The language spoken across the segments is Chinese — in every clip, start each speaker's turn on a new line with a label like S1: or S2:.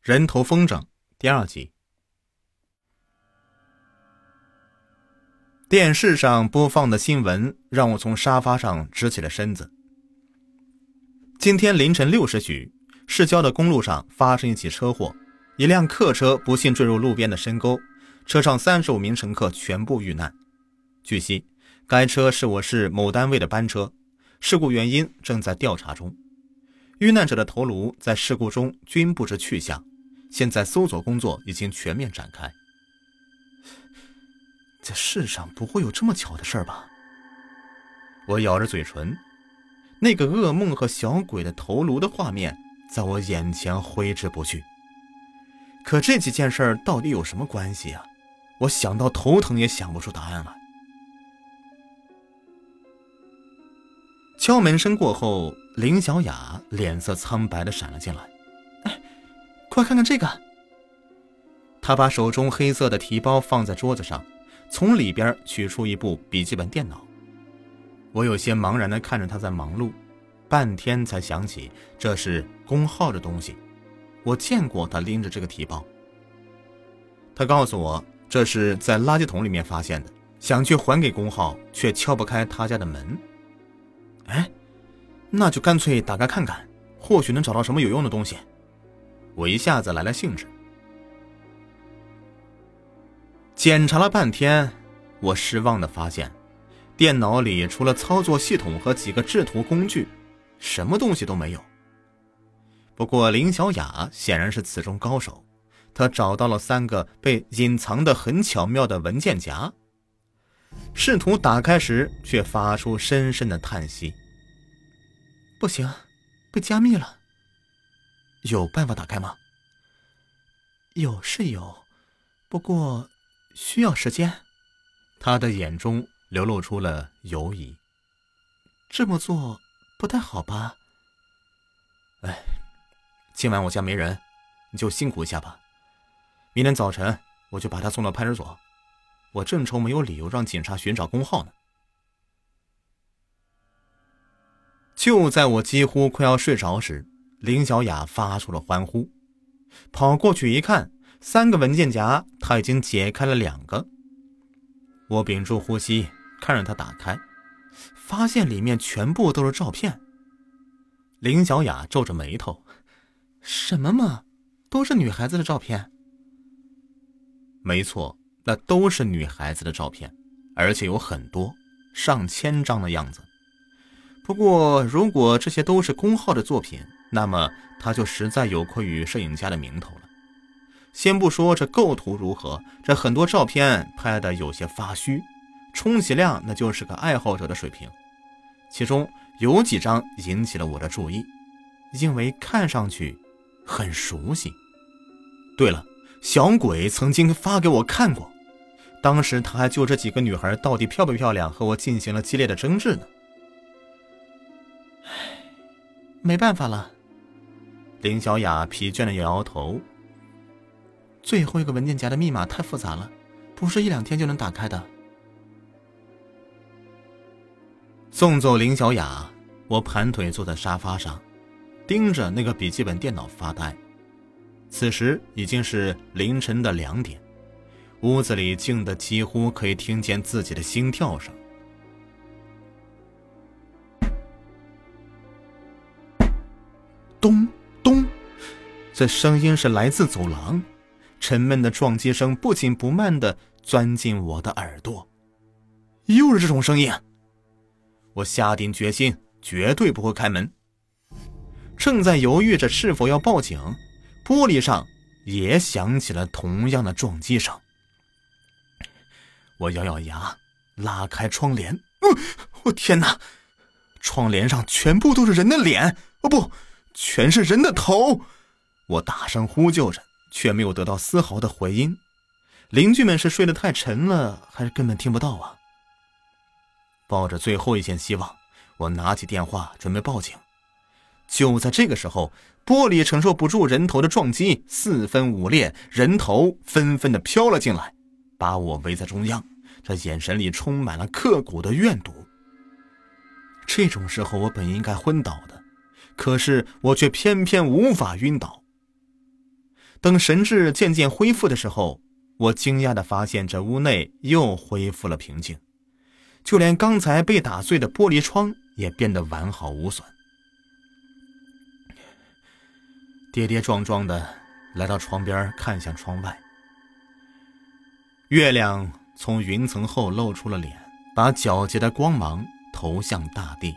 S1: 人头风筝第2集。电视上播放的新闻让我从沙发上直起了身子。今天凌晨6时许，市郊的公路上发生一起车祸，一辆客车不幸坠入路边的深沟，车上35名乘客全部遇难。据悉，该车是我市某单位的班车，事故原因正在调查中。遇难者的头颅在事故中均不知去向，现在搜索工作已经全面展开。这世上不会有这么巧的事吧？我咬着嘴唇，那个噩梦和小鬼的头颅的画面在我眼前挥之不去。可这几件事到底有什么关系啊？我想到头疼也想不出答案来。敲门声过后，林小雅脸色苍白地闪了进来。快看看这个！她把手中黑色的提包放在桌子上，从里边取出一部笔记本电脑。我有些茫然地看着她在忙碌，半天才想起这是工号的东西。我见过她拎着这个提包。她告诉我这是在垃圾桶里面发现的，想去还给工号，却敲不开他家的门。那就干脆打开看看，或许能找到什么有用的东西。我一下子来了兴致。检查了半天，我失望地发现，电脑里除了操作系统和几个制图工具，什么东西都没有。不过林小雅显然是此中高手，她找到了3个被隐藏得很巧妙的文件夹，试图打开时却发出深深的叹息。不行，被加密了。有办法打开吗？有是有，不过需要时间。他的眼中流露出了犹疑。这么做不太好吧？今晚我家没人，你就辛苦一下吧。明天早晨我就把他送到派出所。我正愁没有理由让警察寻找工号呢。就在我几乎快要睡着时，林小雅发出了欢呼。跑过去一看，3个文件夹她已经解开了2个。我屏住呼吸，看着她打开，发现里面全部都是照片。林小雅皱着眉头，什么嘛，都是女孩子的照片。没错，那都是女孩子的照片，而且有很多，上千张的样子。不过如果这些都是工号的作品，那么他就实在有愧于摄影家的名头了。先不说这构图如何，这很多照片拍的有些发虚，充其量那就是个爱好者的水平。其中有几张引起了我的注意，因为看上去很熟悉。对了，小鬼曾经发给我看过，当时他还就这几个女孩到底漂不漂亮和我进行了激烈的争执呢。没办法了，林小雅疲倦地摇摇头。最后一个文件夹的密码太复杂了，不是1-2天就能打开的。送走林小雅，我盘腿坐在沙发上，盯着那个笔记本电脑发呆。此时已经是凌晨的2点，屋子里静得几乎可以听见自己的心跳声。咚咚，这声音是来自走廊，沉闷的撞击声不紧不慢地钻进我的耳朵。又是这种声音，我下定决心绝对不会开门。正在犹豫着是否要报警，玻璃上也响起了同样的撞击声。我咬咬牙拉开窗帘，我天哪，窗帘上全部都是人的脸，不，全是人的头！我大声呼救着，却没有得到丝毫的回音。邻居们是睡得太沉了，还是根本听不到啊？抱着最后一线希望，我拿起电话准备报警。就在这个时候，玻璃承受不住人头的撞击，4分5裂，人头纷纷地飘了进来，把我围在中央，这眼神里充满了刻骨的怨毒。这种时候我本应该昏倒的，可是我却偏偏无法晕倒。 等神志渐渐恢复的时候，我惊讶地发现这屋内又恢复了平静，就连刚才被打碎的玻璃窗也变得完好无损。跌跌撞撞地来到床边，看向窗外，月亮从云层后露出了脸，把皎洁的光芒投向大地。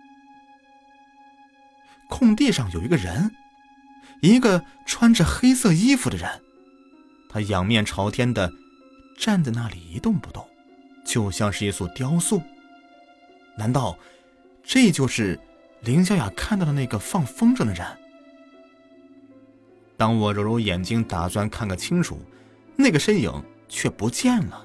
S1: 空地上有一个人，一个穿着黑色衣服的人，他仰面朝天地站在那里一动不动，就像是一束雕塑。难道这就是林小雅看到的那个放风筝的人？当我揉揉眼睛打算看个清楚，那个身影却不见了。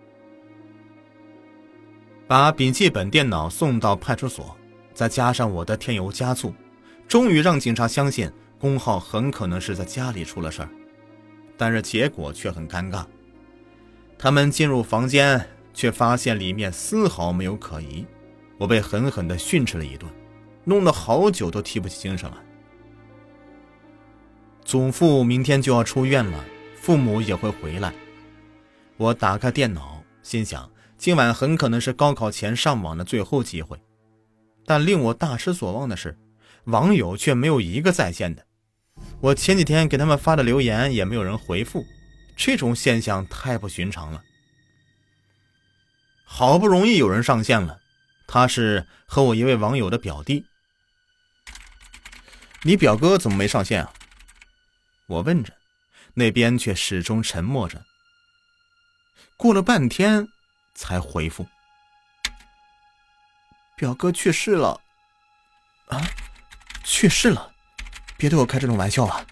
S1: 把笔记本电脑送到派出所，再加上我的添油加醋，终于让警察相信龚浩很可能是在家里出了事儿。但是结果却很尴尬，他们进入房间，却发现里面丝毫没有可疑。我被狠狠地训斥了一顿，弄得好久都提不起精神来。祖父明天就要出院了，父母也会回来。我打开电脑，心想今晚很可能是高考前上网的最后机会。但令我大失所望的是，网友却没有一个在线的。我前几天给他们发的留言也没有人回复，这种现象太不寻常了。好不容易有人上线了，他是和我一位网友的表弟。你表哥怎么没上线啊？我问着，那边却始终沉默着。过了半天才回复，表哥去世了。啊，去世了？别对我开这种玩笑啊！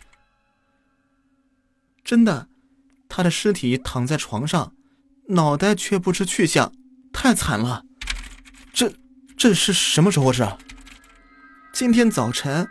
S1: 真的，他的尸体躺在床上，脑袋却不知去向，太惨了。这是什么时候事？今天早晨。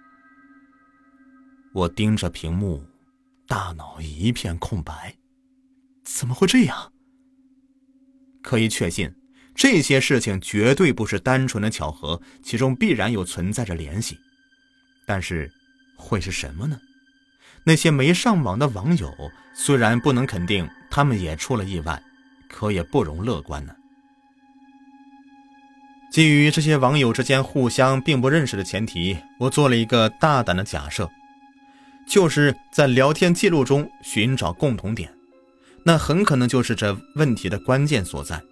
S1: 我盯着屏幕，大脑一片空白。怎么会这样？可以确信，这些事情绝对不是单纯的巧合，其中必然有存在着联系。但是会是什么呢？那些没上网的网友，虽然不能肯定他们也出了意外，可也不容乐观呢。基于这些网友之间互相并不认识的前提，我做了一个大胆的假设，就是在聊天记录中寻找共同点，那很可能就是这问题的关键所在。